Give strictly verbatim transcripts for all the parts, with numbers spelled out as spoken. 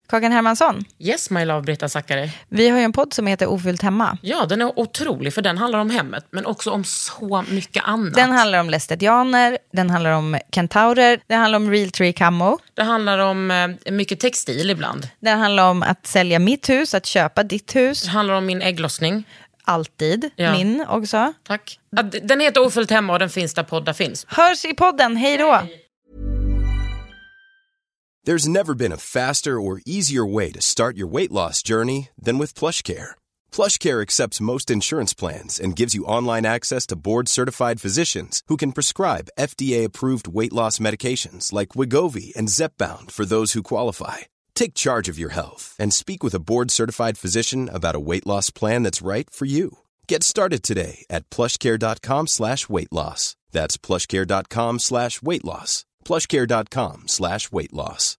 Kakan Hermansson. Yes, my love, Britta Zackari. Vi har ju en podd som heter Ofyllt hemma. Ja, den är otrolig för den handlar om hemmet, men också om så mycket annat. Den handlar om lästetianer, den handlar om kentaurer, den handlar om Realtree Camo. Det handlar om eh, mycket textil ibland. Den handlar om att sälja mitt hus, att köpa ditt hus. Det handlar om min ägglossning. Alltid, ja. Min också. Tack. Den heter Ofyllt hemma och den finns där poddar finns. Hörs i podden, hej då! There's never been a faster or easier way to start your weight loss journey than with PlushCare. PlushCare accepts most insurance plans and gives you online access to board-certified physicians who can prescribe F D A-approved weight loss medications like Wegovy and Zepbound for those who qualify. Take charge of your health and speak with a board-certified physician about a weight loss plan that's right for you. Get started today at plushcare.com slash weight loss. That's plushcare.com slash weight loss. plushcare.com slash weight loss.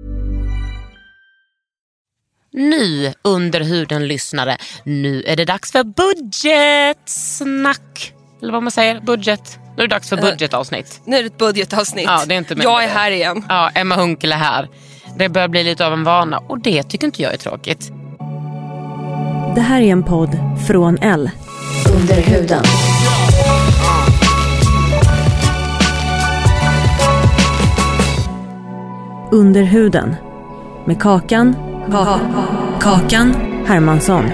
Nu under huden lyssnare, nu är det dags för budgetsnack. Eller vad man säger, budget. Nu är det dags för budgetavsnitt. Nu är det ett budgetavsnitt. Ja, det är inte jag är här igen. Ja, Emma Hunkel är här. Det börjar bli lite av en vana och det tycker inte jag är tråkigt. Det här är en podd från L. Under huden. Under huden. Med Kakan, ka- Kakan Hermansson.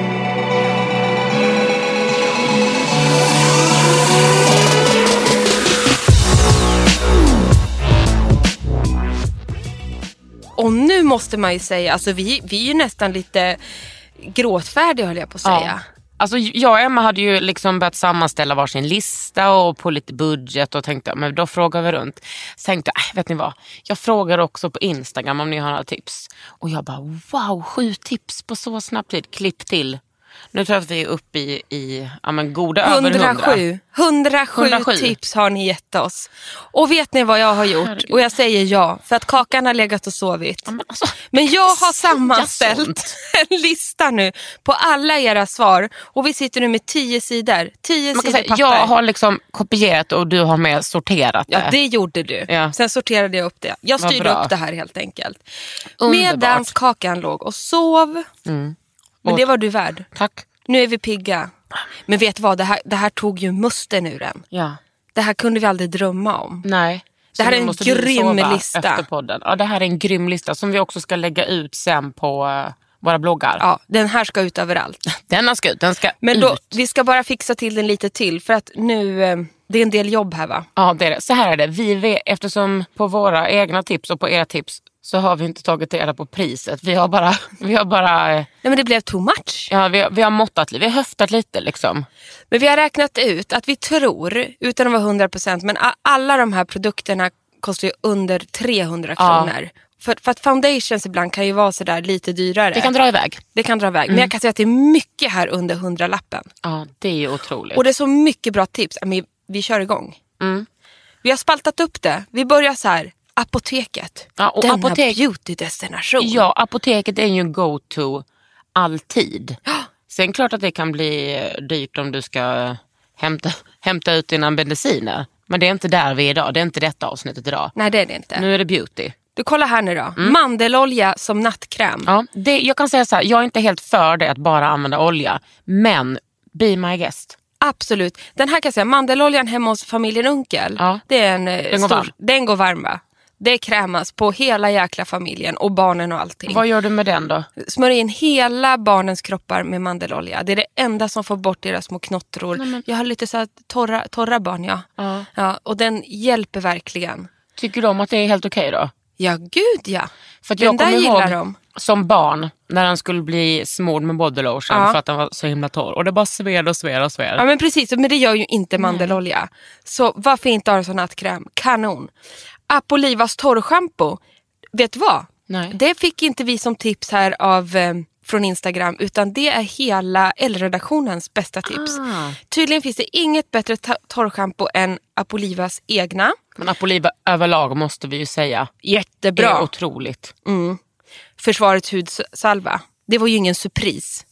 Och nu måste man ju säga, alltså vi, vi är ju nästan lite gråtfärdiga, höll jag på att säga. Ja. Alltså jag och Emma hade ju liksom börjat sammanställa varsin lista och på lite budget och tänkte, men då frågar vi runt. Så tänkte jag, äh, vet ni vad? Jag frågar också på Instagram om ni har några tips. Och jag bara, wow, sju tips på så snabb tid. Klipp till. Nu tror jag att vi är uppe i, i ja, men goda över hundra. hundrasju. hundrasju hundrasju tips har ni gett oss. Och vet ni vad jag har gjort? Herregud. Och jag säger ja, för att Kakan har legat och sovit. Ja, men, alltså, men jag har sammanställt en lista nu på alla era svar. Och vi sitter nu med tio sidor. Tio Man kan sidor säga, papper. jag har liksom kopierat och du har med sorterat det. Ja, det gjorde du. Ja. Sen sorterade jag upp det. Jag styrde upp det här helt enkelt. Underbart. Medans Kakan låg och sov. Mm. Men och, det var du värd. Tack. Nu är vi pigga. Men vet du vad, det här, det här tog ju musten ur den. Ja. Det här kunde vi aldrig drömma om. Nej. Det här är en grym lista. Efter podden. Ja, det här är en grym lista som vi också ska lägga ut sen på uh, våra bloggar. Ja, den här ska ut överallt. Den ska ut, den ska Men ut. då, vi ska bara fixa till den lite till. För att nu, eh, det är en del jobb här, va? Ja, det är det. Så här är det. Vi vet, eftersom på våra egna tips och på era tips så har vi inte tagit reda på priset. Vi har bara... Vi har bara Nej, men det blev too much. Ja, vi har, vi har måttat lite. Vi har höftat lite liksom. Men vi har räknat ut att vi tror, utan att vara hundra procent, men a- alla de här produkterna kostar ju under trehundra kronor. Ja. För, för att foundations ibland kan ju vara sådär lite dyrare. Det kan dra iväg. Det kan dra iväg. Mm. Men jag kan säga att det är mycket här under hundralappen. Ja, det är ju otroligt. Och det är så mycket bra tips. Men vi kör igång. Mm. Vi har spaltat upp det. Vi börjar så här. Apoteket. Ja, och denna apotek... beauty-destination. Ja, apoteket är ju en go-to alltid. Sen klart att det kan bli dyrt om du ska hämta, hämta ut dina mediciner. Men det är inte där vi är idag. Det är inte detta avsnittet idag. Nej, det är det inte. Nu är det beauty. Du kollar här nu då. Mm. Mandelolja som nattkräm. Ja, det, jag kan säga så här. Jag är inte helt för det att bara använda olja. Men be my guest. Absolut. Den här kan jag säga, mandeloljan hemma hos familjen Unkel. Ja. Det är en den stor, går varm. Den går varm, va? Det krämas på hela jäkla familjen och barnen och allting. Vad gör du med den då? Smörj in hela barnens kroppar med mandelolja. Det är det enda som får bort deras små knottror. Nej, men... Jag har lite så här torra, torra barn, ja. Ja. Ja. Och den hjälper verkligen. Tycker du om att det är helt okej då? Ja, gud ja. För att den jag där kommer gillar ihåg de. Som barn när han skulle bli smord med body lotion Ja. för att den var så himla torr. Och det bara sved och sved och sved. Ja, men precis. Men det gör ju inte mandelolja. Mm. Så varför inte ha en sån nattkräm? Kanon. Apolivas torrschampo. Vet du vad? Nej. Det fick inte vi som tips här av... Eh, från Instagram, utan det är hela L-redaktionens bästa tips. Ah. Tydligen finns det inget bättre ta- torrschampo än Apolivas egna. Men Apoliva överlag måste vi ju säga. Jättebra. Det är otroligt. Mm. Försvarets hudsalva. Det var ju ingen surpris.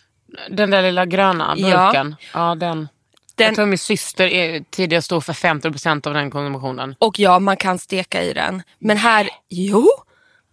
Den där lilla gröna burken. Ja, ja den. den. Jag tror min syster är tidigare stod för femtio procent av den konsumtionen. Och ja, man kan steka i den. Men här, jo...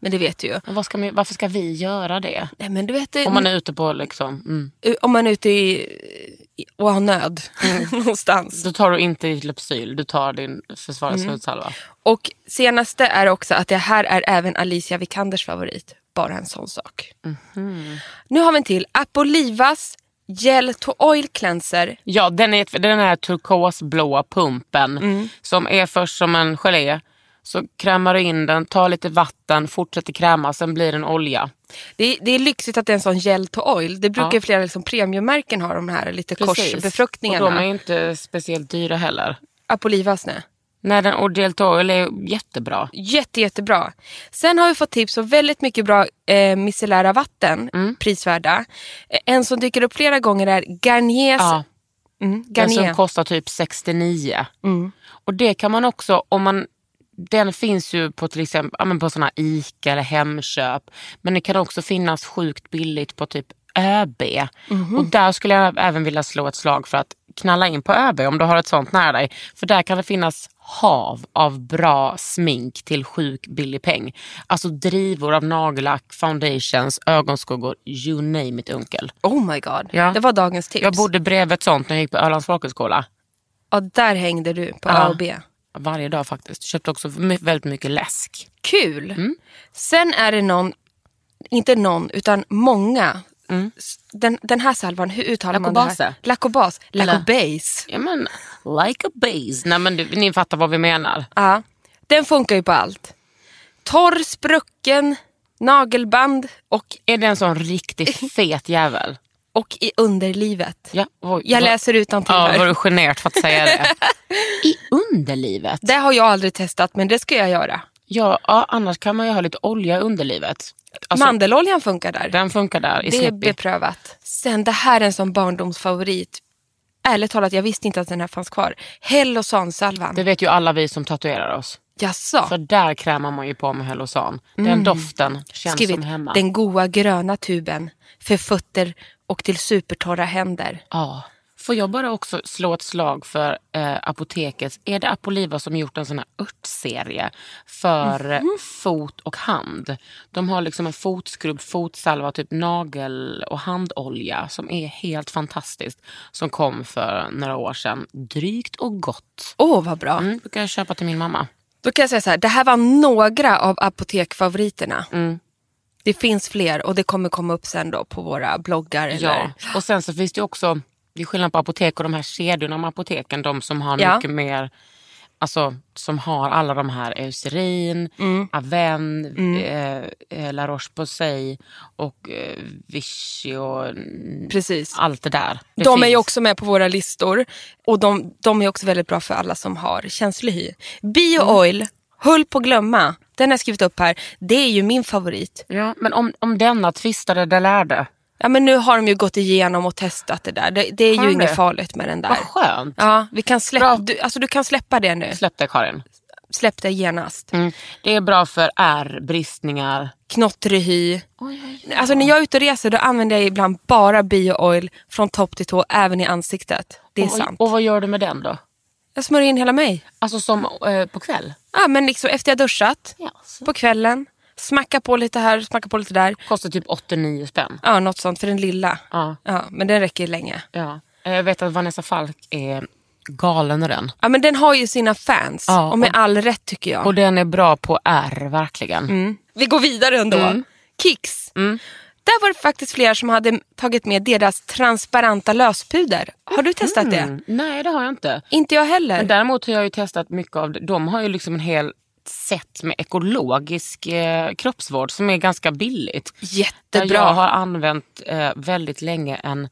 Men det vet du ju. Men vad ska man, varför ska vi göra det? Nej, men du vet det, Om man är ute på liksom... Mm. Om man är ute i, i, och har nöd mm. någonstans. Då tar du inte ditt Lypsyl, du tar din försvarets mm. hudsalva. Och senaste är också att det här är även Alicia Vikanders favorit. Bara en sån sak. Mm. Nu har vi en till. Apolivas Gel to Oil Cleanser. Ja, den är den här turkosblåa pumpen mm. som är först som en gelé. Så krämar du in den, tar lite vatten, fortsätter kräma, sen blir det en olja. Det är, det är lyxigt att det är en sån gel to oil. Det brukar ja. flera liksom, premiummärken ha, de här lite Precis. korsbefruktningarna. Och de är inte speciellt dyra heller. Apolivas, nej. Nej, den och gel to oil är jättebra. Jätte, jättebra. Sen har vi fått tips om väldigt mycket bra eh, micellära vatten, mm. prisvärda. En som dyker upp flera gånger är Garniers. Ja. Mm, den som kostar typ sextionio. Mm. Och det kan man också, om man... Den finns ju på till exempel ja, men på såna Ica eller Hemköp. Men det kan också finnas sjukt billigt på typ ÖB. Mm-hmm. Och där skulle jag även vilja slå ett slag för att knalla in på ÖB om du har ett sånt nära dig. För där kan det finnas hav av bra smink till sjuk billig peng. Alltså drivor av nagellack, foundations, ögonskuggor, you name it, unkel. Oh my god, ja. Det var dagens tips. Jag bodde bredvid ett sånt när jag gick på Ölands folkhögskola. Ja, där hängde du på ja. ÖB. Varje dag faktiskt. Köpte också väldigt mycket läsk. Kul. Mm. Sen är det någon, inte någon, utan många. Mm. Den, den här salvan, hur uttalar man det här? Lacobase. Lacobase. Ja, men like a base. Nej, men du, ni fattar vad vi menar. Ja, den funkar ju på allt. Torr, sprucken, nagelband och... Är det en sån riktigt fet jävel? Och i underlivet. Ja, och, jag läser utantill ja, här. Ja, var du generad för att säga det? I underlivet? Det har jag aldrig testat, men det ska jag göra. Ja, ja annars kan man ju ha lite olja i underlivet. Alltså, mandeloljan funkar där. Den funkar där. I det är Snippy. Beprövat. Sen, det här är en sån barndomsfavorit. Ärligt talat, jag visste inte att den här fanns kvar. Hellosan-salvan. Det vet ju alla vi som tatuerar oss. Jaså? För där krämar man ju på med Hellosan. Den mm. doften känns Skrivit, som hemma. Den goa gröna tuben för fötter och till supertorra händer. Ja. Får jag bara också slå ett slag för eh, apotekets... Är det Apoliva som gjort en sån här örtserie för mm. fot och hand? De har liksom en fotskrubb, fotsalva, typ nagel- och handolja som är helt fantastiskt. Som kom för några år sedan. Drygt och gott. Åh, oh, vad bra. Mm, då kan jag köpa till min mamma. Då kan jag säga så här, det här var några av apotekfavoriterna. Mm. Det finns fler och det kommer komma upp sen då på våra bloggar. Eller... Ja, och sen så finns det också... Det är skillnad på apotek och de här kedjorna med apoteken. De som har ja. mycket mer... Alltså som har alla de här Eucerin, mm. Aven, mm. eh, La Roche-Posay och eh, Vichy och Precis. allt det där. Det de finns. är ju också med på våra listor. Och de, de är också väldigt bra för alla som har känslig hy. Bio-oil, mm. hull på glömma. Den har jag skrivit upp här. Det är ju min favorit. Ja, men om, om denna tvistade det lärde... Ja, men nu har de ju gått igenom och testat det där. Det, det är har ju inget det? farligt med den där. Vad skönt. Ja, vi kan släppa, du, alltså du kan släppa det nu. Släpp det, Karin. Släpp det genast. Mm. Det är bra för ärr, bristningar. Knottrig hy. Oj, oj, oj. Alltså när jag är ute och reser då använder jag ibland bara bio-oil från topp till tå, även i ansiktet. Det är och, sant. Och vad gör du med den då? Jag smörjer in hela mig. Alltså som eh, på kväll? Ja, men liksom efter jag duschat. Yes. På kvällen. Smacka på lite här, smacka på lite där. Kostar typ åttionio spänn. Ja, något sånt för den lilla. Ja. Ja, men den räcker länge. Ja. Jag vet att Vanessa Falk är galen i den. Ja, men den har ju sina fans. Ja, och med och, all rätt tycker jag. Och den är bra på R, verkligen. Mm. Vi går vidare ändå. Mm. Kicks. Mm. Där var det faktiskt flera som hade tagit med deras transparenta löspuder. Har du testat mm. det? Nej, det har jag inte. Inte jag heller. Men däremot har jag ju testat mycket av det. De har ju liksom en hel... sätt med ekologisk eh, kroppsvård som är ganska billigt. Jättebra. Jag har använt eh, väldigt länge en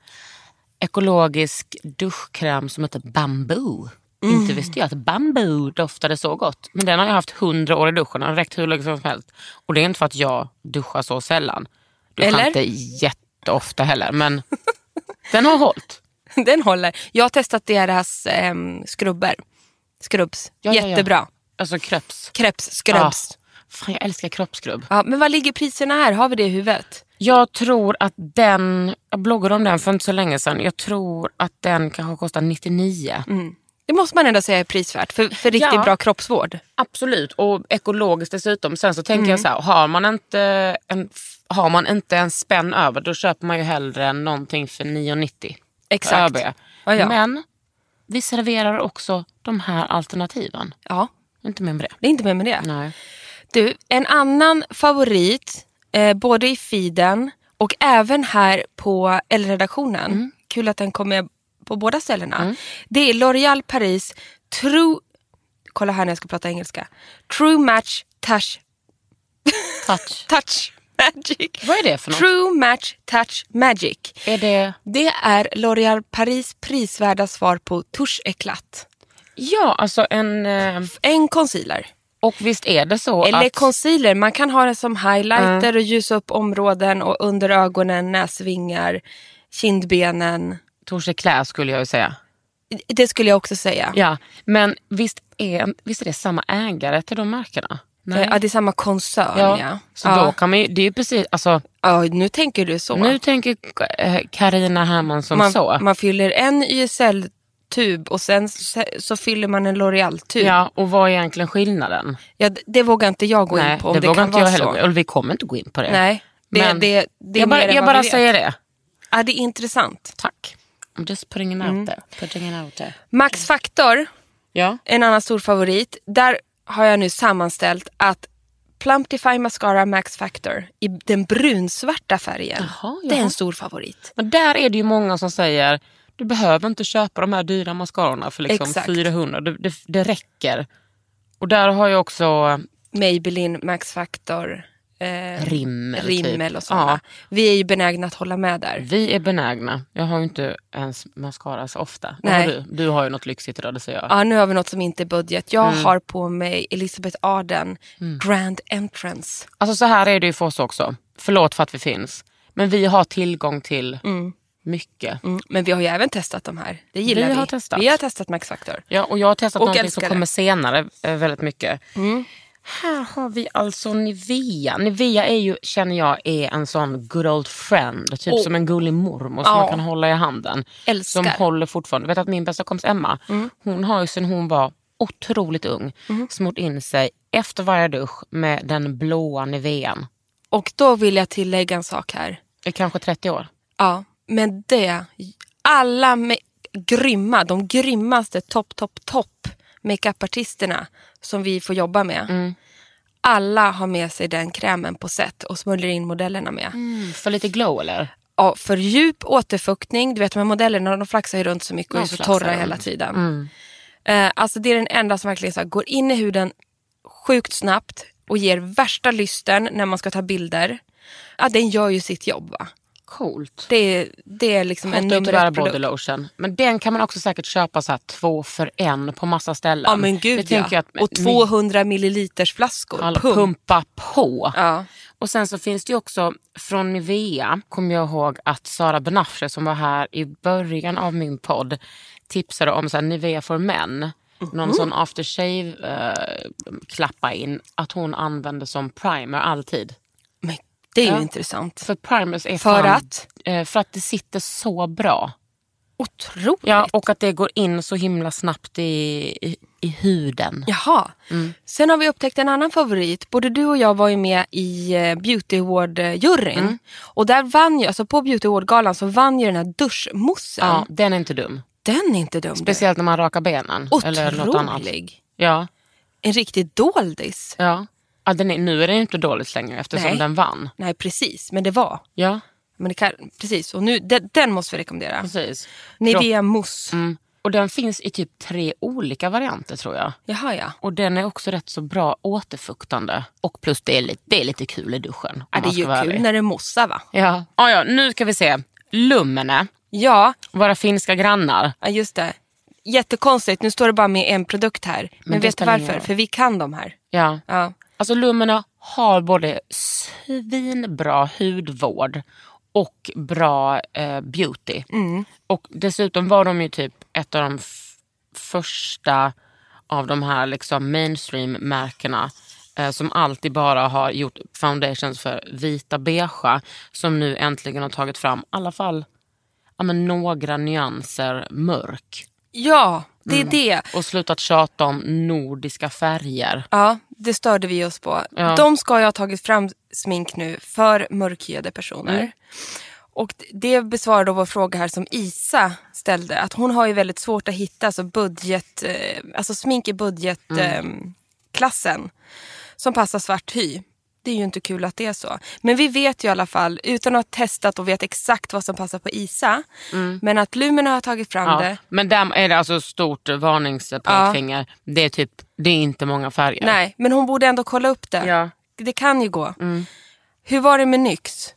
ekologisk duschkräm som heter Bamboo. Mm. Inte visste jag att Bamboo doftade så gott. Men den har jag haft hundra år i duschen. Den har räckt hur länge som helst. Och det är inte för att jag duschar så sällan. Duschar Eller? inte jätteofta heller. Men den har hållit. Den håller. Jag har testat deras eh, skrubber. Skrubbs. Ja, Jättebra. Ja, ja. Alltså kreps. Kreps, skrubbs. Ja. Fan, jag älskar kroppsskrubb. Ja, men vad ligger priserna här? Har vi det i huvudet? Jag tror att den... Jag bloggade om den för inte så länge sedan. Jag tror att den kanske kostar nittionio. Mm. Det måste man ändå säga är prisvärt för, för riktigt Ja. bra kroppsvård. Absolut, och ekologiskt dessutom. Sen så tänker Mm. jag så här, har man inte en, har man inte en spänn över, då köper man ju hellre någonting för nio nittio. Exakt. Ö B. Ja, ja. Men vi serverar också de här alternativen. Ja, Inte mer med det. det är inte mer med det. Nej. Du, en annan favorit, eh, både i feeden och även här på L-redaktionen. Mm. Kul att den kommer på båda ställena. Mm. Det är L'Oréal Paris True... Kolla här när jag ska prata engelska. True Match Touch... Touch. touch Magic. Vad är det för något? True Match Touch Magic. Är det... Det är L'Oréal Paris prisvärda svar på Touche Eclat. Ja, alltså en... Eh, En concealer. och visst är det så Eller att... concealer, man kan ha det som highlighter mm. och ljusa upp områden och under ögonen, näsvingar, kindbenen. Touche Eclat skulle jag ju säga. Det skulle jag också säga. Ja, men visst är, visst är det samma ägare till de märkena? Nej. Ja, det är samma koncern, ja. Ja, så ja. då kan man ju, det är ju precis, alltså... Ja, nu tänker du så. Nu tänker Carina Hermansson man, så. Man fyller en Y S L-tub och sen så, så fyller man en L'Oreal-tub. Ja, och vad är egentligen skillnaden? Ja, det, det vågar inte jag gå Nej, in på. Om det, det vågar kan inte vara jag så. heller. Och vi kommer inte gå in på det. Nej, det, Men det, det är jag bara, mer än jag vad bara vi vet. säger det. Ja, det är intressant. Tack. I'm just putting it out there. Putting it out there. Max Factor, Ja. en annan stor favorit. Där har jag nu sammanställt att Plumptify Mascara Max Factor i den brunsvarta färgen. Jaha, det är jaha. en stor favorit. Men där är det ju många som säger, du behöver inte köpa de här dyra mascarorna för liksom Exakt. fyrahundra. Det, det, det räcker. Och där har jag också Maybelline Max Factor. Eh, rimmel. rimmel typ. och sådana. Ja. Vi är ju benägna att hålla med där. Vi är benägna. Jag har ju inte ens mascara så ofta. Vad Nej. har du? Du har ju något lyxigt idag, det säger jag. Ja, nu har vi något som inte är budget. Jag Mm. har på mig Elizabeth Arden Grand Entrance. Alltså så här är det ju för oss också. Förlåt för att vi finns. Men vi har tillgång till mycket. Mm, men vi har ju även testat de här. Det gillar Vi vi. har testat. Vi har testat Max Factor. Ja, och jag har testat Och någonting älskar som det. kommer senare eh, väldigt mycket. Här har vi alltså Nivea. Nivea är ju, känner jag, är en sån good old friend. Typ Oh. som en gullig mormor som Ja. man kan hålla i handen. Älskar. Som håller fortfarande. Vet att min bästa kompis Emma, hon har ju sen hon var otroligt ung smort in sig efter varje dusch med den blåa Nivean. Och då vill jag tillägga en sak här. I kanske trettio år. Ja, men det, alla me- grymma, de grymmaste topp, topp, topp makeupartisterna som vi får jobba med. Mm. Alla har med sig den krämen på set och smörjer in modellerna med. Mm, för lite glow eller? Ja, för djup återfuktning, du vet de här modellerna, de flaxar ju runt så mycket och De är så flaxar torra runt. hela tiden. Mm. Eh, alltså det är den enda som verkligen så här, går in i huden sjukt snabbt och ger värsta lysten när man ska ta bilder. Ja, den gör ju sitt jobb, va? Coolt. Det är, det är liksom en Hatar ju nummer tyvärr ett body produkt. lotion. Men den kan man också säkert köpa så här två för en på massa ställen. Ja, men gud Det tänker ja. jag att, Och tvåhundra milliliters flaskor. Alla Pump. pumpa på. Ja. Och sen så finns det ju också från Nivea, kommer jag ihåg att Sara Benafre som var här i början av min podd tipsade om så här Nivea for men. Någon sån aftershave eh, klappa in att hon använder som primer alltid. Men det är ju Ja. intressant. För primers är För fan, att? eh, för att det sitter så bra. Otroligt. Ja, och att det går in så himla snabbt i, i, i huden. Jaha. Sen har vi upptäckt en annan favorit. Både du och jag var ju med i eh, Beauty Award-juryn. Mm. Och där vann ju, alltså på Beauty Award-galan så vann ju den här duschmoussen. Ja, den är inte dum. Den är inte dum. Speciellt när man rakar benen. Eller något annat. Otrolig. Ja, En riktig doldis. ja. ja den är, nu är den inte dåligt längre eftersom Nej. den vann. Nej, precis. Men det var. Ja, Men det kan, precis. Och nu, den, den måste vi rekommendera. precis. Nivea mousse. Mm. Och den finns i typ tre olika varianter tror jag. Jaha, ja. Och den är också rätt så bra återfuktande. Och plus det är lite, det är lite kul i duschen. om Ja, det man är ju ska vara kul ärlig. när det mossar, va? Ja. Ah, ja, nu ska vi se. Lummene, Ja, våra finska grannar. ja, just det. Jättekonstigt. Nu står det bara med en produkt här. Men, Men det vet du spelar ingen varför? roll. För vi kan de här. Ja. Ja. Alltså Lummene har både svinbra hudvård och bra eh, beauty. Mm. Och dessutom var de ju typ ett av de f- första av de här liksom mainstream-märkena eh, som alltid bara har gjort foundations för vita beige som nu äntligen har tagit fram i alla fall ja, men några nyanser mörk. Ja, det är mm. det. Och slutat tjata om nordiska färger. Ja, det störde vi oss på. Ja. De ska ju ha tagit fram smink nu för mörkhyade personer. Mm. Och det besvarar då vår fråga här som Isa ställde. Att hon har ju väldigt svårt att hitta alltså budget, alltså smink i budgetklassen mm. som passar svart hy. Det är ju inte kul att det är så. Men vi vet ju i alla fall, utan att ha testat och vet exakt vad som passar på Isa. Mm. Men att Lumina har tagit fram ja, det. Men där är det alltså stort varningspekfinger. Ja. Det är typ, det är inte många färger. Nej, men hon borde ändå kolla upp det. Ja. Det kan ju gå. Mm. Hur var det med Nyx?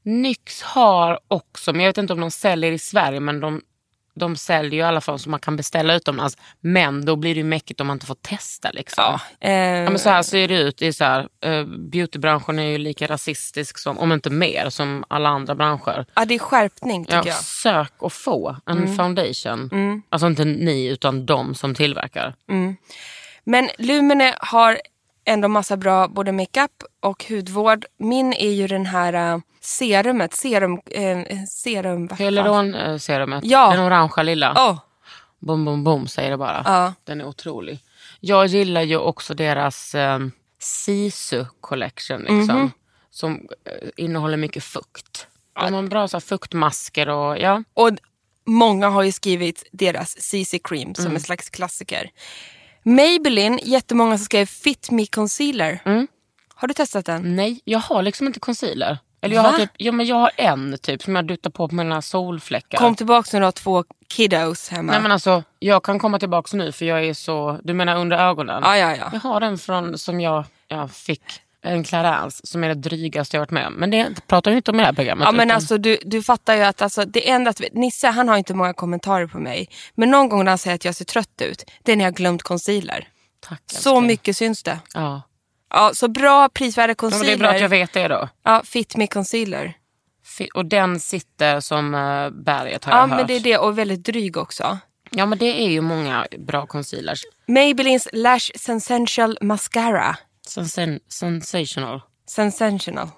Nyx har också, men jag vet inte om de säljer i Sverige, men de, de säljer ju i alla fall så man kan beställa utomlands. Men då blir det ju mäckigt om man inte får testa liksom. Ja. Eh... ja men så här ser det ut. Det är så här, uh, beautybranschen är ju lika rasistisk som, om inte mer, som alla andra branscher. Ja, det är skärpning tycker ja, jag. Sök och få en mm. foundation. Mm. Alltså inte ni utan de som tillverkar. Mm. Men Lumene har ändå massa bra både makeup och hudvård. Min är ju den här uh, serumet, serum, eh, serum hyaluron-serumet. Ja. Den orangea lilla. Oh. Bom, bom, bom säger det bara. Ja. Den är otrolig. Jag gillar ju också deras eh, Sisu collection liksom. Mm-hmm. Som eh, innehåller mycket fukt. De har bra så här, fuktmasker och ja. Och många har ju skrivit deras C C Cream som mm. en slags klassiker. Maybelline, jättemånga som skrev Fit Me Concealer. Mm. Har du testat den? Nej, jag har liksom inte concealer. Eller jag Va? har typ, ja, men jag har en typ som jag duttar på på mina solfläckar. Kom tillbaka när du har två kiddos hemma. Nej men alltså, jag kan komma tillbaka nu för jag är så, du menar under ögonen. Ja, ja, ja. Jag har den från som jag, jag fick, en Clarins som är det drygaste jag varit med om. Men det pratar ju inte om det här programmet. Ja men utan... alltså du, du fattar ju att alltså, det enda att, Nisse han har inte många kommentarer på mig. Men någon gång när han säger att jag ser trött ut, det är när jag har glömt concealer. Tack. Så älskar. Mycket syns det. Ja. Ja, så bra prisvärda concealer. Ja, det är bra att jag vet det då. Ja, Fit Me Concealer. Och den sitter som uh, berget har ja, jag hört. Ja, men det är det och väldigt dryg också. Ja, men det är ju många bra concealers. Maybellines Lash Sensential Mascara. Sensen- sensational. Sensational.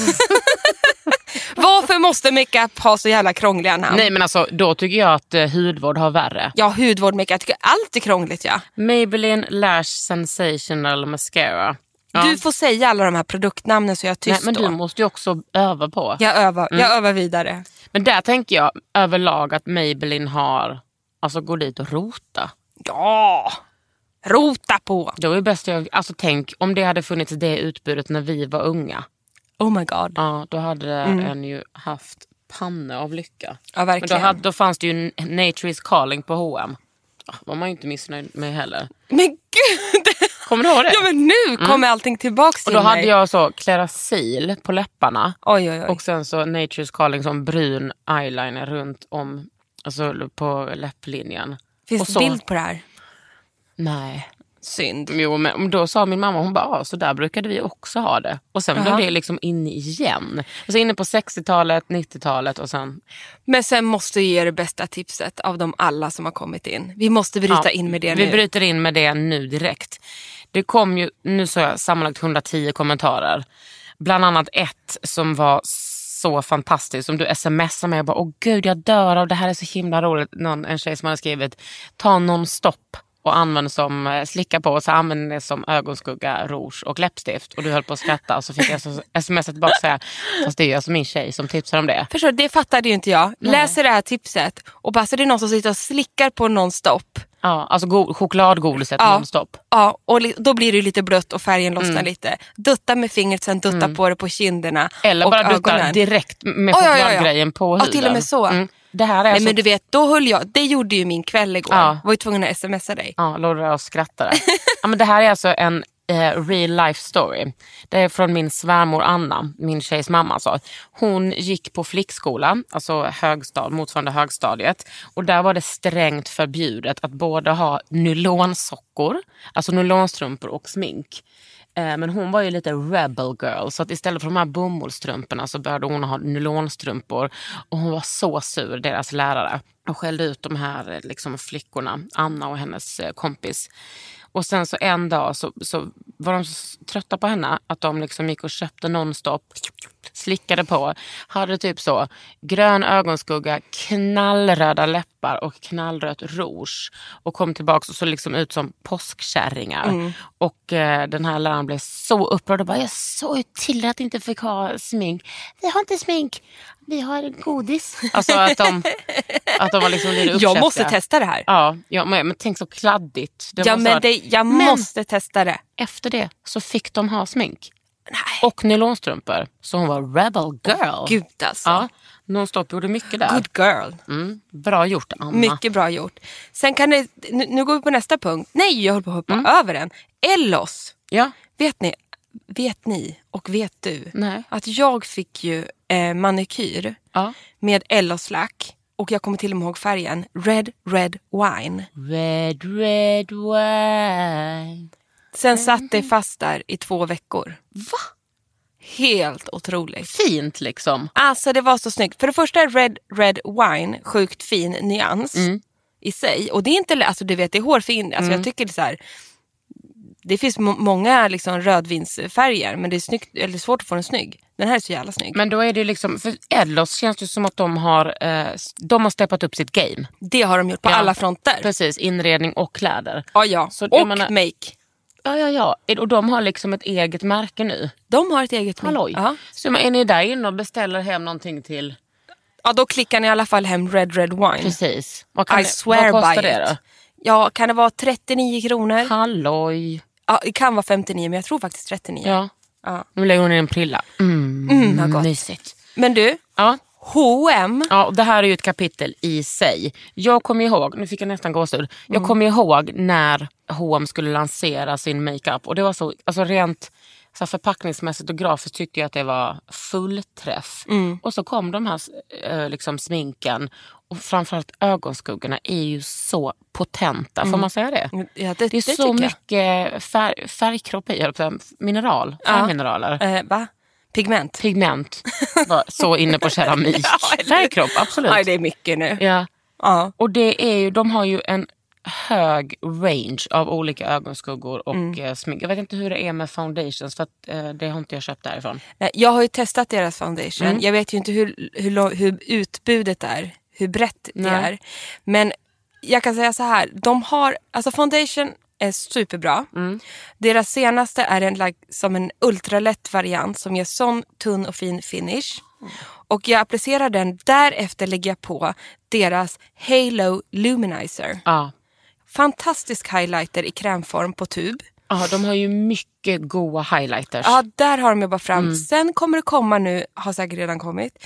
Varför måste makeup ha så jävla krångliga namn? Nej men alltså då tycker jag att uh, hudvård har värre. Ja, hudvård, makeup, jag tycker allt är krångligt ja. Maybelline Lash Sensational Mascara. Ja. Du får säga alla de här produktnamnen så jag är tyst. Nej, men då. Du måste ju också öva på. Jag övar, mm. jag övar vidare. Men där tänker jag överlag att Maybelline har, alltså gå dit och rota. Ja, rota på. Det var ju bäst jag, alltså tänk om det hade funnits det utbudet när vi var unga. Oh my god. Ja, då hade mm. en ju haft panna av lycka. Ja, verkligen. Men då, hade, då fanns det ju Nature is calling på H och M. Var man ju inte missnöjd med heller. Men gud! Kommer du ihåg det? Ja men nu kommer mm. allting tillbaks till mig. Och då mig. hade jag så Clarasil på läpparna. Oj, oj, oj. Och sen så Nature is calling som brun eyeliner runt om, alltså på läpplinjen. Finns det bild på det här? Nej. Synd. Jo, men då sa min mamma, hon bara, ah, så där brukade vi också ha det. Och sen blev det liksom inne igen. Och så inne på sextiotalet, nittiotalet och sen... Men sen måste vi ge det bästa tipset av de alla som har kommit in. Vi måste bryta ja, in med det vi nu. Vi bryter in med det nu direkt. Det kom ju, nu så jag sammanlagt hundratio kommentarer. Bland annat ett som var så fantastiskt. Som du smsar mig och bara, åh gud jag dör av det här är så himla roligt. Någon, en tjej som hade skrivit, ta någon stopp. Och använder som slicka på och så använder det som ögonskugga, rouge och läppstift. Och du höll på att skratta och så fick jag sms tillbaka och säga, fast det är ju alltså min tjej som tipsar om det. Förstår du, det fattade ju inte jag. Nej. Läser det här tipset och bara så det är någon som sitter och slickar på non-stop. Ja, alltså go- chokladgodiset ja. Non-stop. Ja, och li- då blir det lite blött och färgen lossnar mm. lite. Dutta med fingret, sen dutta mm. på det på kinderna. Eller och bara ögonen. Dutta direkt med oh, chokladgrejen ja, ja. på huden. Ja, till och med så. Mm. Det här är Nej, alltså... men du vet, då höll jag, det gjorde ju min kväll igår. Ja. Var ju tvungen att smsa dig. Ja, låg och skrattade. Ja, men det här är alltså en eh, real life story. Det är från min svärmor Anna, min tjejs mamma. Så. Hon gick på flickskola, alltså högstad, motsvarande högstadiet. Och där var det strängt förbjudet att både ha nylonsockor, alltså nylonstrumpor och smink. Men hon var ju lite rebel girl, så att istället för de här bomullstrumporna så började hon ha nylonstrumpor. Och hon var så sur, deras lärare. Och skällde ut de här liksom, flickorna, Anna och hennes kompis. Och sen så en dag så, så var de så trötta på henne att de liksom gick och köpte nonstop slickade på. Hade typ så grön ögonskugga, knallröda läppar och knallrött rouge. Och kom tillbaka och så liksom ut som påskkärringar. Mm. Och eh, den här läraren blev så upprörd och bara, jag såg till att inte fick ha smink. Vi har inte smink, vi har godis. Alltså att de, att de var liksom lite uppkäftiga. Jag måste testa det här. Ja, ja men, men tänk så kladdigt. Det ja, men det, jag men, måste testa det. Efter det så fick de ha smink. Nej. Och nylonstrumpor. Så hon var rebel girl. Oh, gud alltså. Ja, Nonstop gjorde mycket där. Good girl. Mm, bra gjort, Anna. Mycket bra gjort. Sen kan det, nu, nu går vi på nästa punkt. Nej, jag håller på att hoppa mm. över den. Ellos. Ja. Vet ni, vet ni och vet du Nej. att jag fick ju eh, manikyr ja. med Ellos-lack. Och jag kommer till och med ihåg färgen. Red, red wine. Red, red wine. Sen satt det fast där i två veckor. Va? Helt otroligt. Fint liksom. Alltså det var så snyggt. För det första är red, red wine sjukt fin nyans mm. i sig. Och det är inte, alltså du vet, det är hårfin. Alltså mm. jag tycker det är så här. Det finns må- många liksom rödvinsfärger. Men det är, snyggt, eller svårt att få den snygg. Den här är så jävla snygg. Men då är det liksom, för Ellos känns det som att de har eh, de har steppat upp sitt game. Det har de gjort på ja. alla fronter. Precis, inredning och kläder. Ja, ja. Så, och menar, make. Ja, ja, ja. Och de har liksom ett eget märke nu. De har ett eget märke. Halloj. Ja. Så är ni där inne och beställer hem någonting till... Ja, då klickar ni i alla fall hem Red Red Wine. Precis. Vad, kan I det, swear vad kostar by det då? It. Ja, kan det vara trettionio kronor? Halloj. Ja, det kan vara femtionio, men jag tror faktiskt trettionio. Ja. Ja. Nu lägger hon in en prilla. Mm, mm vad gott. Mysigt. Men du, ja. H och M. Ja, det här är ju ett kapitel i sig. Jag kommer ihåg, nu fick jag nästan gåshud. Jag mm. kommer ihåg när H och M skulle lansera sin makeup. Och det var så, alltså rent så förpackningsmässigt och grafiskt tyckte jag att det var fullträff. Mm. Och så kom de här äh, liksom sminken. Och framförallt ögonskuggorna är ju så potenta, mm. får man säga det? Ja, det, det är det så mycket färg, färgkropp i, mineral, färgmineraler. Ja. Eh, va? Pigment. Pigment. Var så inne på keramik. ja, färgkropp, absolut. Ja, det är mycket nu. Ja. Ja. Och det är ju, de har ju en hög range av olika ögonskuggor och mm. smink. Jag vet inte hur det är med foundations för att eh, det har inte jag köpt därifrån. Nej, jag har ju testat deras foundation. Mm. Jag vet ju inte hur, hur, hur utbudet är. Hur brett det Nej. är. Men jag kan säga så här. De har, alltså foundation är superbra. Mm. Deras senaste är en, like, som en ultralätt variant som ger sån tunn och fin finish. Mm. Och jag applicerar den. Därefter lägger jag på deras Halo Luminizer. Ja. Fantastisk highlighter i krämform på tub. Ja, de har ju mycket goda highlighters. Ja, där har de jobbat fram. Mm. Sen kommer det komma nu, har säkert redan kommit,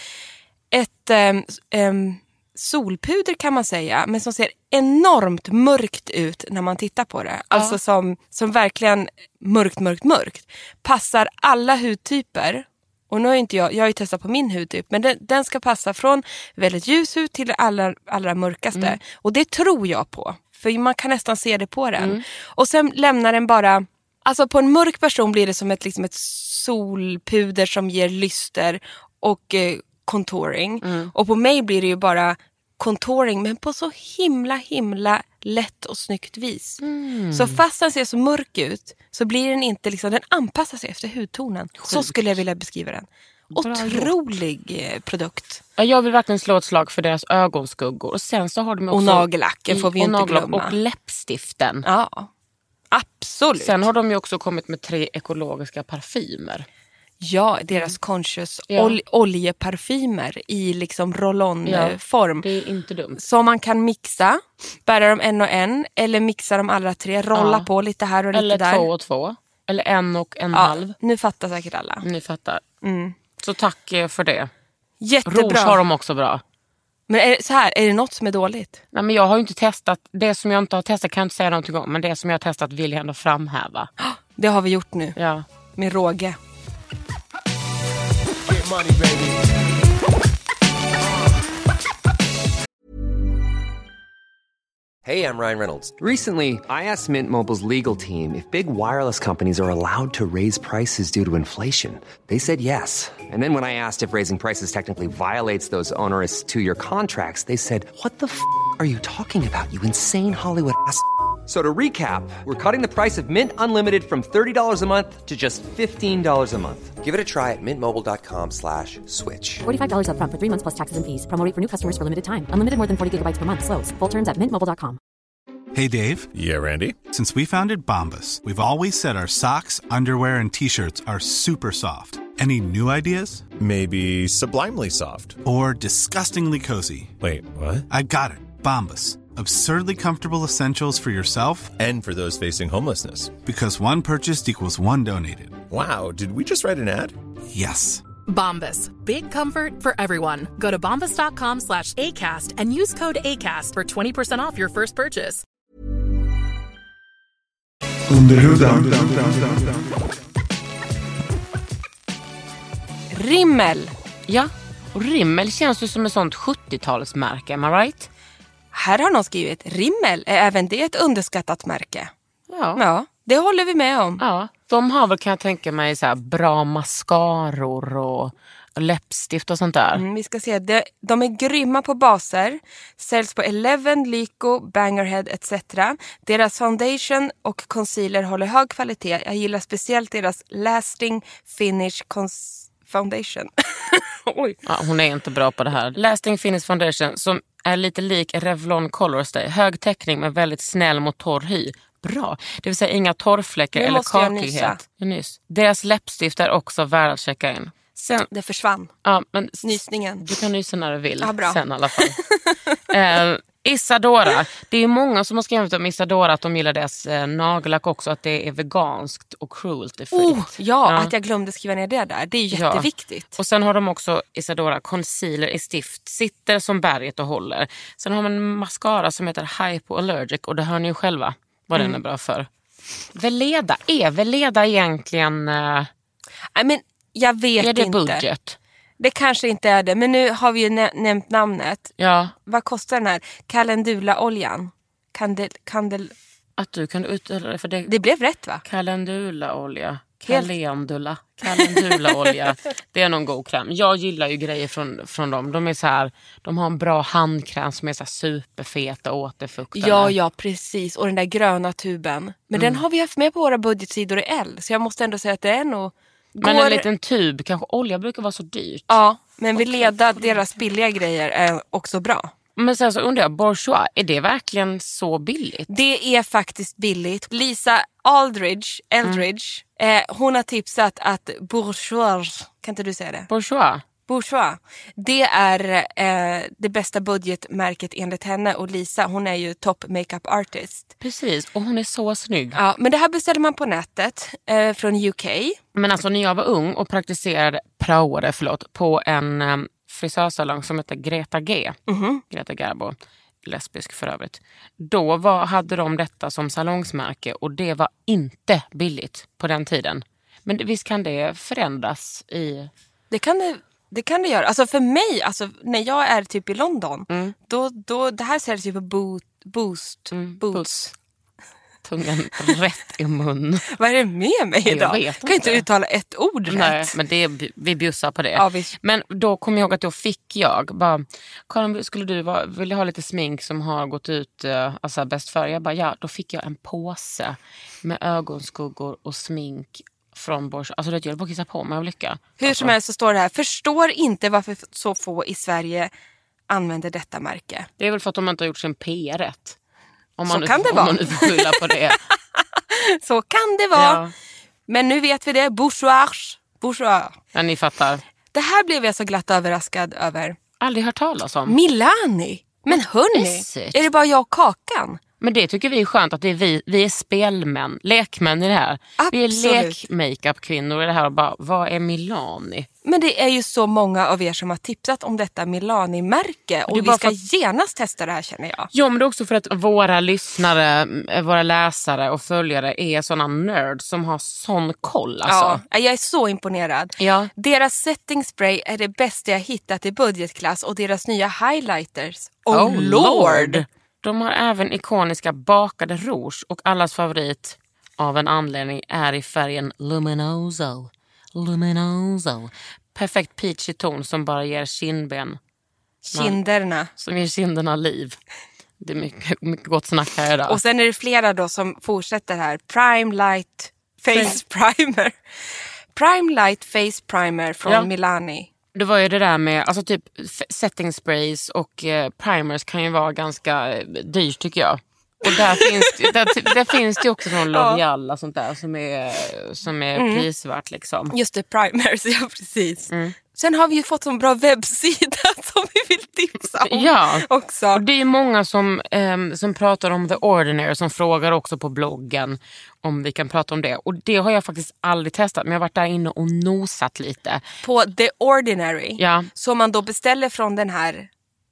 ett um, um, solpuder kan man säga, men som ser enormt mörkt ut när man tittar på det. Ja. Alltså som, som verkligen mörkt, mörkt, mörkt. Passar alla hudtyper. Och nu har inte jag, jag har ju testat på min hudtyp, men den, den ska passa från väldigt ljus hud till det allra, allra mörkaste. Mm. Och det tror jag på. För man kan nästan se det på den. Mm. Och sen lämnar den bara... Alltså på en mörk person blir det som ett, liksom ett solpuder som ger lyster och eh, contouring. Mm. Och på mig blir det ju bara contouring, men på så himla, himla lätt och snyggt vis. Mm. Så fast den ser så mörk ut så blir den inte liksom... Den anpassar sig efter hudtonen. Sjukt. Så skulle jag vilja beskriva den. Otrolig eh, produkt. Ja, jag vill verkligen slå ett slag för deras ögonskuggor. Och sen så har de också... Och nagellacken får vi inte glömma. Och läppstiften. Ja, absolut. Sen har de ju också kommit med tre ekologiska parfymer. Ja, deras conscious ja. ol- oljeparfymer i liksom roll-on-form. Ja, det är inte dumt. Så man kan mixa, bära dem en och en. Eller mixa dem alla tre, rolla ja. på lite här och lite eller där. Eller två och två. Eller en och en ja, halv. Nu fattar säkert alla. Ni fattar. Mm. Så tack för det. Jättebra. Rouge har de också bra. Men är det, så här, är det något som är dåligt? Nej, men jag har ju inte testat. Det som jag inte har testat kan jag inte säga någonting om. Men det som jag har testat vill jag ändå framhäva. Det har vi gjort nu. Ja. Med råge. Get money, baby. Hey, I'm Ryan Reynolds. Recently, I asked Mint Mobile's legal team if big wireless companies are allowed to raise prices due to inflation. They said yes. And then when I asked if raising prices technically violates those onerous two-year contracts, they said, what the f*** are you talking about, you insane Hollywood ass f- So to recap, we're cutting the price of Mint Unlimited from thirty dollars a month to just fifteen dollars a month. Give it a try at mintmobile.com slash switch. forty-five dollars up front for three months plus taxes and fees. Promo rate for new customers for limited time. Unlimited more than forty gigabytes per month. Slows full terms at mint mobile dot com. Hey, Dave. Yeah, Randy. Since we founded Bombas, we've always said our socks, underwear, and T-shirts are super soft. Any new ideas? Maybe sublimely soft. Or disgustingly cozy. Wait, what? I got it. Bombas. Absurdly comfortable essentials for yourself and for those facing homelessness. Because one purchased equals one donated. Wow, did we just write an ad? Yes. Bombas. Big comfort for everyone. Go to bombas.com slash ACAST and use code ACAST for twenty percent off your first purchase. Rimmel. Ja, och Rimmel känns ju som ett sånt sjuttiotalsmärke, am I right? Här har någon skrivit, Rimmel, är även det ett underskattat märke? Ja. Ja, det håller vi med om. Ja, de har väl, kan jag tänka mig, så här bra mascaror och läppstift och sånt där. Mm, vi ska se, de, de är grymma på baser. Säljs på Eleven, Lyko, Bangerhead et cetera. Deras foundation och concealer håller hög kvalitet. Jag gillar speciellt deras Lasting Finish cons- Foundation. Oj. Ja, hon är inte bra på det här. Lasting Finish Foundation som är lite lik Revlon Colorstay. Hög täckning men väldigt snäll mot torr hy. Bra. Det vill säga inga torrfläckar nu eller måste jag kakighet. Jag nys. Deras läppstift är också värd att checka in. Sen, det försvann. Ja, men nysningen. Du kan nysa när du vill. Ja, bra. Sen i alla fall. eh, Isadora. Det är många som har skrivit om Isadora att de gillar deras eh, nagellack också. Att det är veganskt och cruelty-free. Oh, ja, ja, att jag glömde skriva ner det där. Det är jätteviktigt. Ja. Och sen har de också Isadora concealer i stift. Sitter som berget och håller. Sen har man en mascara som heter Hypoallergic. Och det hör ni ju själva vad mm. den är bra för. Veleda. Är Veleda egentligen... Eh, I men jag vet inte. Är det inte. budget? Det kanske inte är det. Men nu har vi ju nä- nämnt namnet. Ja. Vad kostar den här? Calendula-oljan. Kandel... Kandel... Att du kan uttala det för det. Det blev rätt, va? Calendula-olja. Calendula. Calendula-olja. Det är någon god kräm. Jag gillar ju grejer från, från dem. De är så här, de har en bra handkräm som är så här superfeta och återfuktande. Ja, ja, precis. Och den där gröna tuben. Men mm. den har vi haft med på våra budgetsidor i L. Så jag måste ändå säga att det är nog... Men går... en liten tub, kanske olja brukar vara så dyrt. Ja, men vi leder deras billiga grejer är också bra. Men sen så undrar jag, Bourjois, är det verkligen så billigt? Det är faktiskt billigt. Lisa Aldridge, Eldridge, mm. eh, hon har tipsat att Bourjois, kan inte du säga det? Bourjois? Bourjois. Det är eh, det bästa budgetmärket enligt henne. Och Lisa, hon är ju top makeup artist. Precis, och hon är så snygg. Ja, men det här beställer man på nätet eh, från U K. Men alltså när jag var ung och praktiserade, praoade, förlåt, på en eh, frisörsalong som heter Greta G. Mm-hmm. Greta Garbo, lesbisk för övrigt. Då var, hade de detta som salongsmärke och det var inte billigt på den tiden. Men visst kan det förändras i... Det kan det... Det kan det göra. Alltså för mig, alltså när jag är typ i London, mm. då, då, det här säljs ju på boot, Boost, mm, Boots. Boots. Tungan rätt i mun. Vad är det med mig idag? Jag vet kan inte uttala ett ord rätt. Nej, men det, vi bjussar på det. Ja, men då kom jag ihåg att då fick jag bara, Karin, skulle du vara, vill ha lite smink som har gått ut, alltså bäst för? Jag bara, ja, då fick jag en påse med ögonskuggor och smink från Bourjois. Alltså det jag bara kissa på mig av lycka. Hur alltså. som helst så står det här. Förstår inte varför så få i Sverige använder detta märke. Det är väl för att de inte har gjort sin P R rätt. Om man så nu, kan det om vara. man nu får skylla på det. Så kan det vara. Ja. Men nu vet vi det. Bourjois. Bourjois. Ja, ni fattar. Det här blev jag så glatt överraskad över. Aldrig hört talas om. Milani. Men hörni, är det bara jag och Kakan? Men det tycker vi är skönt att det är vi, vi är spelmän, lekmän i det här. Absolut. Vi är lek-makeup-kvinnor i det här och bara, vad är Milani? Men det är ju så många av er som har tipsat om detta Milani-märke. Och vi ska att... genast testa det här, känner jag. Ja, men det är också för att våra lyssnare, våra läsare och följare är såna nerds som har sån koll. Alltså. Ja, jag är så imponerad. Ja. Deras setting spray är det bästa jag hittat i budgetklass. Och deras nya highlighters. Oh, oh lord! De har även ikoniska bakade rouge och allas favorit av en anledning är i färgen Luminoso. Luminoso. Perfekt peachy ton som bara ger kindben. Kinderna. Som ger kinderna liv. Det är mycket, mycket gott snack här idag. Och sen är det flera då som fortsätter här. Prime Light Face Primer. Prime Light Face Primer från ja. Milani. Det var ju det där med, alltså typ setting sprays och eh, primers kan ju vara ganska eh, dyrt tycker jag. Och där finns, där, där finns det också någon L'Oreal och sånt där som är, som är mm. prisvärt liksom. Just det, primers, ja precis. Mm. Sen har vi ju fått en bra webbsida som vi vill tipsa om ja. också. Och det är många som, eh, som pratar om The Ordinary, som frågar också på bloggen om vi kan prata om det. Och det har jag faktiskt aldrig testat, men jag har varit där inne och nosat lite. På The Ordinary? Ja. Så man då beställer från den här,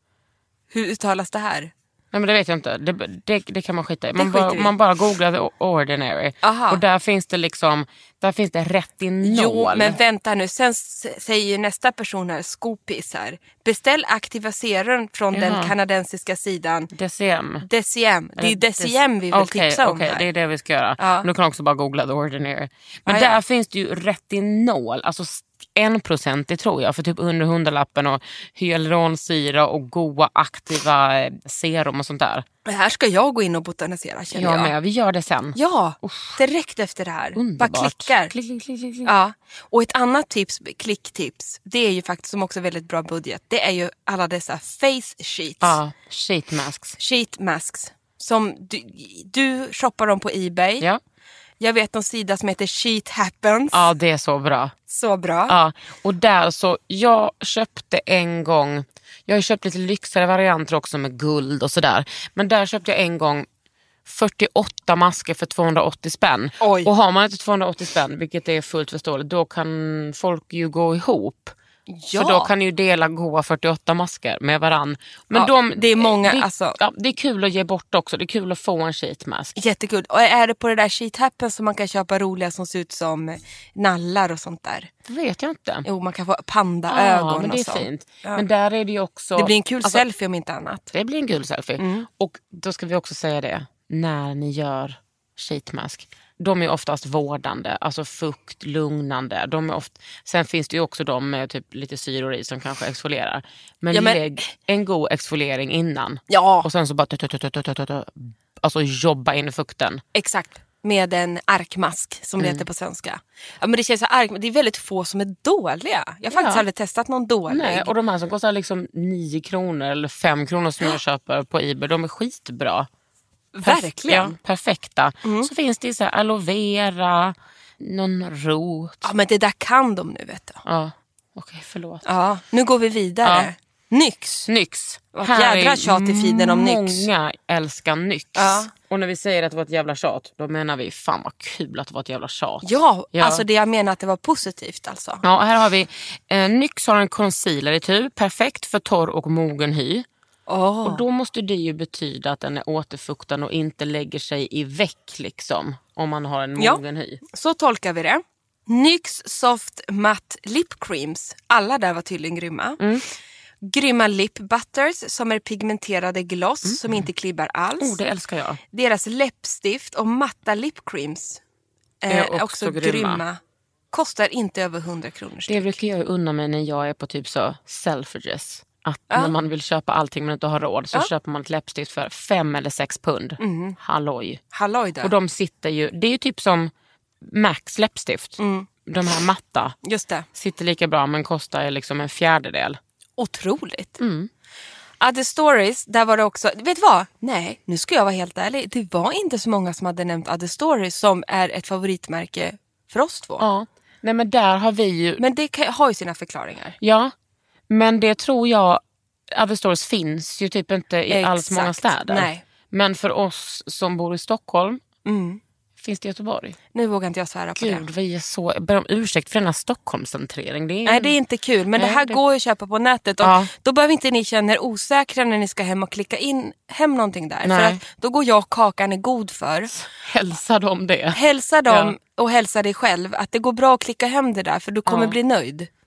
hur uttalas det här? Nej, men det vet jag inte. Det, det, det kan man skita i. Man, bara, man bara googlar The Ordinary. Aha. Och där finns det liksom, där finns det retinol. Jo, men vänta nu. Sen säger nästa person här, Scoopis här. Beställ aktiva serum från Jaha. den kanadensiska sidan. D C M. D C M. Det är D C M vi vill okay, tipsa om okay, här. Det är det vi ska göra. Ja. Du kan också bara googla The Ordinary. Men ah, där ja. finns det ju retinol. Alltså en procent det tror jag, för typ under hundralappen och hyaluronsyra och goda aktiva serum och sånt där. Det här ska jag gå in och botanisera, känner ja, jag. Men vi gör det sen. Ja, Uff. direkt efter det här. Underbart. Bara klickar. Klick, klick, klick, klick. Ja. Och ett annat tips, klicktips, det är ju faktiskt som också är väldigt bra budget. Det är ju alla dessa face sheets. Ja, sheet masks. Sheet masks. Som du, du shoppar dem på eBay. Ja. Jag vet en sida som heter Sheet Happens. Ja, det är så bra. Så bra. Ja, och där så, jag köpte en gång, jag har köpt lite lyxigare varianter också med guld och sådär. Men där köpte jag en gång fyrtioåtta masker för tvåhundraåttio spänn. Oj. Och har man inte tvåhundraåttio spänn, vilket är fullt förståeligt, då kan folk ju gå ihop. Ja. För då kan ju dela goa fyrtioåtta masker med varann. Men ja, de, det är många, det, alltså. Ja, det är kul att ge bort också. Det är kul att få en sheetmask. Jättekul. Och är det på det där Sheet Happens som man kan köpa roliga som ser ut som nallar och sånt där? Det vet jag inte. Jo, man kan få pandaögon ja, men det är och sånt. fint. Ja. Men där är det ju också... Det blir en kul alltså, selfie om inte annat. Det blir en kul selfie. Mm. Och då ska vi också säga det. När ni gör sheetmask, de är oftast vårdande, alltså fukt, lugnande. De är ofta, sen finns det ju också de med typ lite syror i som kanske exfolierar. Men, ja, men lägg en god exfoliering innan. Ja. Och sen så bara alltså jobba in i fukten. Exakt. Med en arkmask som det mm. heter på svenska. Ja, men det känns så ark, det är väldigt få som är dåliga. Jag har faktiskt ja. aldrig testat någon dålig. Nej, och de här som kostar liksom nio kronor eller fem kronor som jag köper på eBay, de är skitbra. Verkligen. Ja, perfekta. Mm. Så finns det så här aloe vera, någon rot. Ja, men det där kan de nu, vet du. Ja, okej, okay, förlåt. Ja, nu går vi vidare. Ja. Nyx. Nyx. Här jädra tjat i feeden om Nyx. Många älskar Nyx. Ja. Och när vi säger att det var ett jävla tjat, då menar vi fan vad kul att det var ett jävla tjat. Ja, ja. Alltså det jag menar att det var positivt alltså. Ja, här har vi eh, Nyx har en concealer i tub, perfekt för torr och mogen hy. Oh. Och då måste det ju betyda att den är återfuktande och inte lägger sig i väck liksom, om man har en mogen ja, hy. Så tolkar vi det. Nyx Soft Matte Lip Creams. Alla där var tydligen grymma. Mm. Grymma lip butters som är pigmenterade gloss mm. som inte klibbar alls. Oh, det älskar jag. Deras läppstift och matta lip creams eh, är också, också grymma. grymma. Kostar inte över hundra kronor styck. Det brukar jag unna mig när jag är på typ så Selfridges. Att ja. när man vill köpa allting men inte har råd så ja. köper man ett läppstift för fem eller sex pund. Mm. Halloj. Halloj där. Och de sitter ju, det är ju typ som Max läppstift. Mm. De här matta. Just det. Sitter lika bra men kostar liksom en fjärdedel. Otroligt. Mm. Other Stories, där var det också, vet du vad? Nej, nu ska jag vara helt ärlig. Det var inte så många som hade nämnt Other Stories som är ett favoritmärke för oss två. Ja, nej men där har vi ju... Men det kan, har ju sina förklaringar. Ja, men det tror jag, Other Stories finns ju typ inte i Exakt. alls många städer. Nej. Men för oss som bor i Stockholm mm. finns det i Göteborg. Nu vågar inte jag svära på Gud, det. Gud, vi är så... Jag ber om ursäkt för den här Stockholmscentrering. Det är... Nej, det är inte kul. Men Nej, det här det... går ju att köpa på nätet. Och ja. Då behöver inte ni känna er osäkra när ni ska hem och klicka in hem någonting där. Nej. För att då går jag och Kakan är god för. Hälsa dem det. Hälsa dem ja. och hälsa dig själv. Att det går bra att klicka hem det där. För du kommer ja. bli nöjd.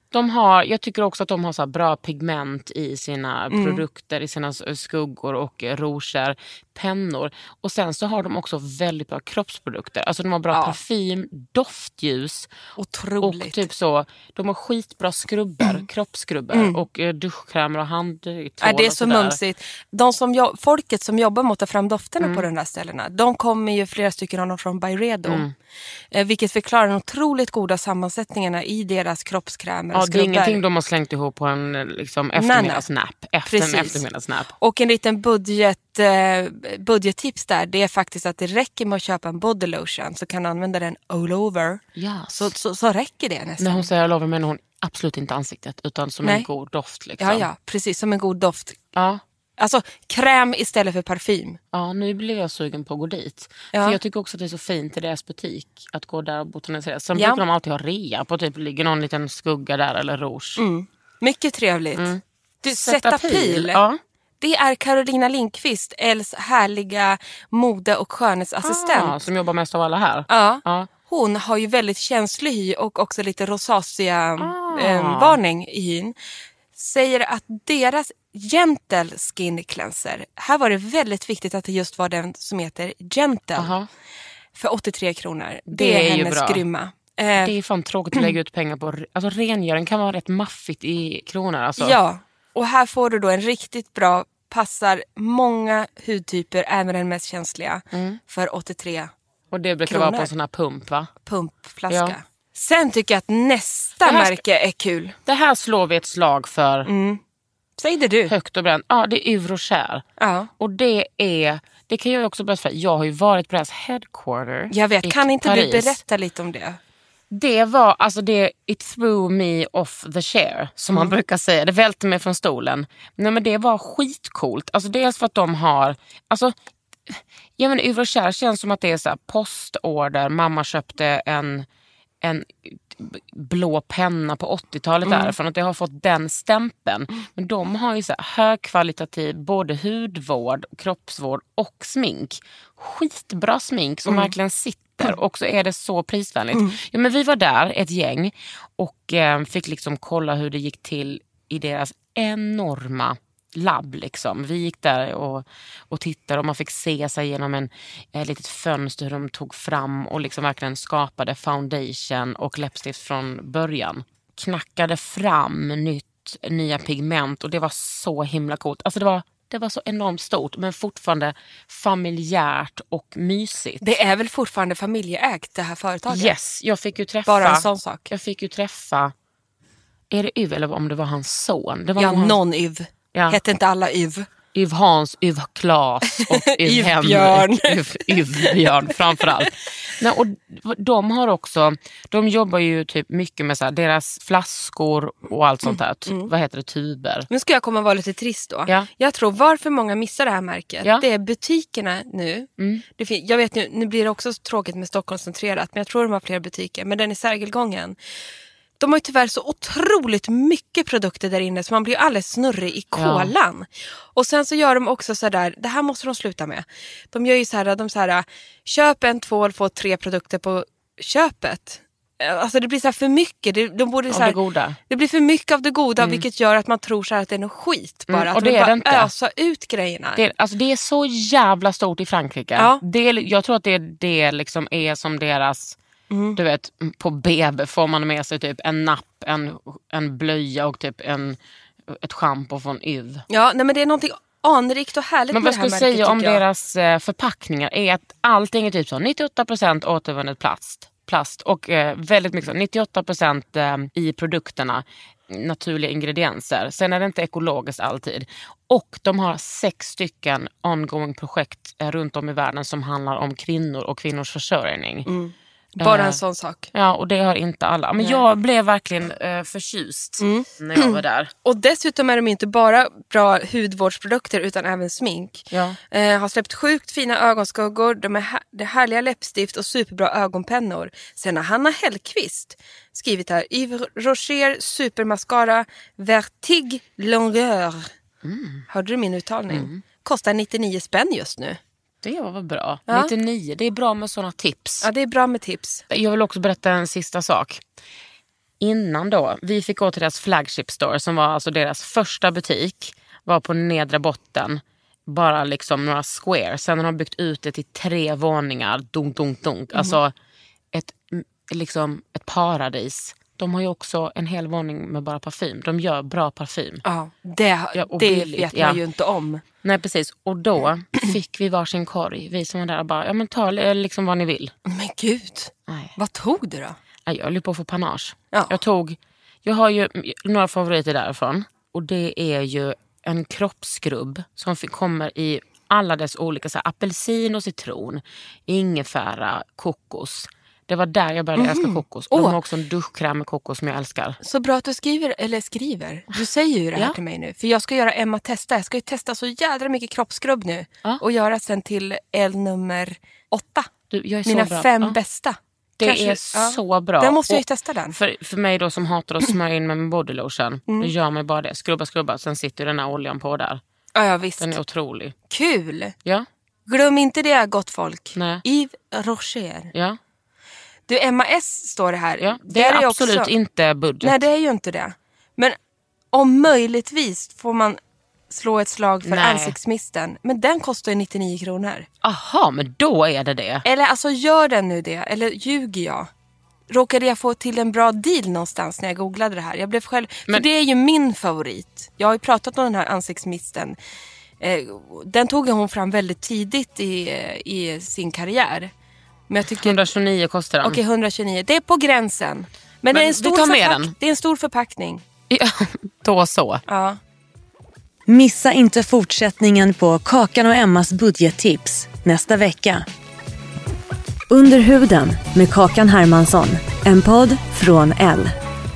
De har, jag tycker också att de har så här bra pigment i sina mm. produkter, i sina skuggor och rouger, pennor. Och sen så har de också väldigt bra kroppsprodukter. Alltså de har bra ja. parfym, doftljus. Otroligt. Och typ så, de har skitbra skrubbar, mm. kroppsskrubbar mm. och eh, duschkrämer och handtvål. Ja, det är så mumsigt. De som jo- folket som jobbar mot att ta fram dofterna mm. på de där ställena, de kommer ju flera stycken av dem från Byredo. Mm. Eh, vilket förklarar de otroligt goda sammansättningarna i deras kroppskrämer. Ja, det är ingenting de har slängt ihop på en liksom, eftermiddagsnap. Efter en eftermiddagsnap. Och en liten budget, eh, budgettips där, det är faktiskt att det räcker med att köpa en body lotion så kan du använda den all over. Yes. Så, så, så räcker det nästan. När hon säger all over menar hon absolut inte ansiktet utan som Nej. en god doft. Liksom. Ja, ja, precis som en god doft. Ja. Alltså kräm istället för parfym. Ja, nu blir jag sugen på att gå dit. Ja. För jag tycker också att det är så fint i deras butik att gå där och botanisera. Sen ja. brukar de alltid ha rea på typ ligger någon liten skugga där eller rouge. Mm. Mycket trevligt. Mm. Du, Sätta pil. Ja. Det är Carolina Lindqvist, Els härliga mode- och skönhetsassistent. Ah, som jobbar mest av alla här. Ja. ja. Hon har ju väldigt känslig hy och också lite rosacea-varning ah. eh, i hyn. Säger att deras Gentle Skin Cleanser, här var det väldigt viktigt att det just var den som heter Gentle. Aha. För åttiotre kronor. Det, det är, är hennes grymma. Det är fan tråkigt att lägga ut pengar på. Alltså rengöring kan vara rätt maffigt i kronor. Alltså. Ja, och här får du då en riktigt bra, passar många hudtyper, även den mest känsliga, mm. för åttiotre Och det brukar kronor. Vara på en sån här pump, va? Pumpflaska. Ja. Sen tycker jag att nästa ska... märke är kul. Det här slår vi ett slag för. Mm. Säg det du. Högt och bränt. Ja, det är Yves Rocher. Ja. Och det är, det kan jag också berätta för. Jag har ju varit på deras headquarter. Jag vet, kan inte Paris. du berätta lite om det? Det var, alltså det, it threw me off the chair, som mm. man brukar säga. Det välte mig från stolen. Nej, men det var skitcoolt. Alltså dels för att de har, alltså, jag menar, Yves Rocher känns som att det är så här postorder. Mamma köpte en, en blå penna på åttiotalet mm. därifrån, att det har fått den stämpeln. Mm. Men de har ju så här högkvalitativ både hudvård, kroppsvård och smink. Skitbra smink som mm. verkligen sitter, och så är det så prisvänligt. Mm. Ja, men vi var där ett gäng och eh, fick liksom kolla hur det gick till i deras enorma labb liksom. Vi gick där och, och tittade och man fick se sig genom en eh, litet fönster hur de tog fram och liksom verkligen skapade foundation och läppstift från början. Knackade fram nytt, nya pigment och det var så himla coolt. Alltså det var, det var så enormt stort men fortfarande familjärt och mysigt. Det är väl fortfarande familjeägt det här företaget? Yes, jag fick ju träffa... Bara en sån sak. Jag fick ju träffa... Är det Yves eller om det var hans son? Det var ja, hans... någon Yves. Ja. Hette inte alla Yves? Yves Hans, Yves Klas och Yves Henry. Björn. Yves, Yves Björn framförallt. Nej, och de har också, de jobbar ju typ mycket med så här, deras flaskor och allt sånt där. Mm. Mm. Vad heter det? Tuber. Nu ska jag komma och vara lite trist då. Ja. Jag tror varför många missar det här märket. Ja. Det är butikerna nu. Mm. Det fin- jag vet nu, nu blir det också tråkigt med Stockholmscentrerat, men jag tror de har fler butiker. Men den i Sergelgången. De har ju tyvärr så otroligt mycket produkter där inne så man blir alldeles snurrig i kolan. Ja. Och sen så gör de också så där, det här måste de sluta med. De gör ju så här, de så här, köp en tvål, få tre produkter på köpet. Alltså det blir så här för mycket. Det, de borde så här, det goda. Det blir för mycket av det goda, mm. vilket gör att man tror så här att det är något skit bara. Mm, och att det de är bara det inte. ösa ut grejerna. Det är, alltså det är så jävla stort i Frankrike. Ja. Det är, jag tror att det, det liksom är som deras... Mm. Du vet, på B B får man med sig typ en napp, en, en blöja och typ en, ett shampoo från Yves. Ja, nej, men det är någonting anrikt och härligt men med det här märket. Men vad skulle säga om jag. deras förpackningar är att allting är typ så nittioåtta procent återvunnet plast. plast och eh, väldigt mycket så, nittioåtta procent eh, i produkterna naturliga ingredienser. Sen är det inte ekologiskt alltid. Och de har sex stycken ongoing projekt eh, runt om i världen som handlar om kvinnor och kvinnors försörjning. Mm. Bara en sån sak. Ja, och det har inte alla. Men Nej. jag blev verkligen eh, förtjust mm. när jag var där. Och dessutom är de inte bara bra hudvårdsprodukter utan även smink. Ja. Eh, har släppt sjukt fina ögonskuggor, de är här, det härliga läppstift och superbra ögonpennor. Sen har Hanna Hellqvist skrivit här, Yves Rocher supermascara Vertige Longueur. Mm. Hörde du min uttalning? Mm. Kostar nittionio spänn just nu. Det var väl bra. Ja. nittionio, det är bra med såna tips. Ja, det är bra med tips. Jag vill också berätta en sista sak. innan då, vi fick gå till deras flagship store som var alltså deras första butik, var på nedre botten, bara liksom några square. Sen har de byggt ut det till tre våningar, dunk, dunk, dunk. Mm. Alltså ett, liksom ett paradis. De har ju också en hel våning med bara parfym. De gör bra parfym. Ja, det, ja, det billigt, vet man ja. ju inte om. Nej, precis. Och då fick vi varsin korg. Vi som var där och bara, ja men ta liksom vad ni vill. Men gud, Nej. vad tog du då? Jag höll på att få panage. Ja. Jag tog, jag har ju några favoriter därifrån. Och det är ju en kroppsskrubb som kommer i alla dess olika, så här, apelsin och citron, ingefära, kokos. Det var där jag började mm. älska kokos. Och de har också en duschkräm med kokos som jag älskar. Så bra att du skriver, eller skriver. Du säger ju det här ja. till mig nu. För jag ska göra Emma testa. Jag ska ju testa så jädra mycket kroppsskrubb nu. Ja. Och göra sen till L nummer åtta. Du, jag är Mina så bra. fem ja. bästa. Det Kanske, är så ja. bra. Den måste jag ju testa den. För, för mig då som hatar att smörja in med min bodylotion. Mm. Då gör man bara det. Skrubba, skrubba. Sen sitter den här oljan på där. Ja, ja visst. Den är otrolig. Kul. Ja. Glöm inte det, gott folk. Nej. Yves Rocher. Ja. Du, M A S står det här. Ja, det är, är absolut också... inte budget. Nej, det är ju inte det. Men om möjligtvis får man slå ett slag för Nej. ansiktsmisten. Men den kostar ju nittionio kronor. Aha, men då är det det. Eller alltså gör den nu det. Eller ljuger jag? Råkade jag få till en bra deal någonstans när jag googlade det här? Jag blev själv... Men... För det är ju min favorit. Jag har ju pratat om den här ansiktsmisten. Eh, den tog hon fram väldigt tidigt i, i sin karriär. Men jag tycker... etthundratjugonio kostar den. Okej, etthundratjugonio. Det är på gränsen. Men, Men det, är en stor förpack... det är en stor förpackning. Ja, då så. Ja. Missa inte fortsättningen på Kakan och Emmas budgettips nästa vecka. Under huden med Kakan Hermansson. En podd från Elle.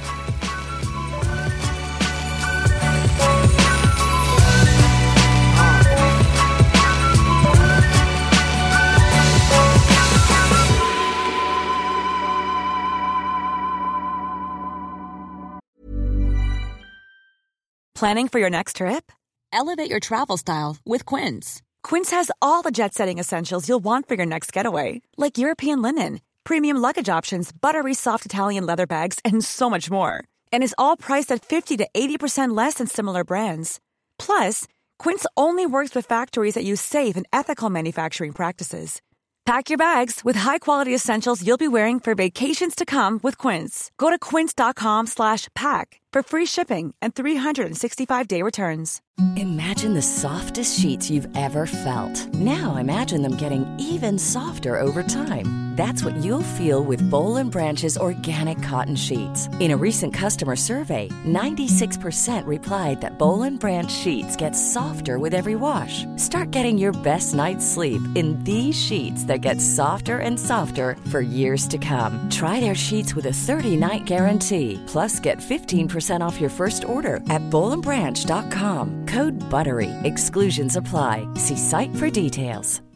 Planning for your next trip? Elevate your travel style with Quince. Quince has all the jet-setting essentials you'll want for your next getaway, like European linen, premium luggage options, buttery soft Italian leather bags, and so much more. And is all priced at fifty to eighty percent less than similar brands. Plus, Quince only works with factories that use safe and ethical manufacturing practices. Pack your bags with high-quality essentials you'll be wearing for vacations to come with Quince. Go to quince.com slash pack for free shipping and three sixty-five day returns. Imagine the softest sheets you've ever felt. Now imagine them getting even softer over time. That's what you'll feel with Boll and Branch's organic cotton sheets. In a recent customer survey, ninety-six percent replied that Boll and Branch sheets get softer with every wash. Start getting your best night's sleep in these sheets that get softer and softer for years to come. Try their sheets with a thirty night guarantee. Plus, get fifteen percent off your first order at boll and branch dot com. Code BUTTERY. Exclusions apply. See site for details.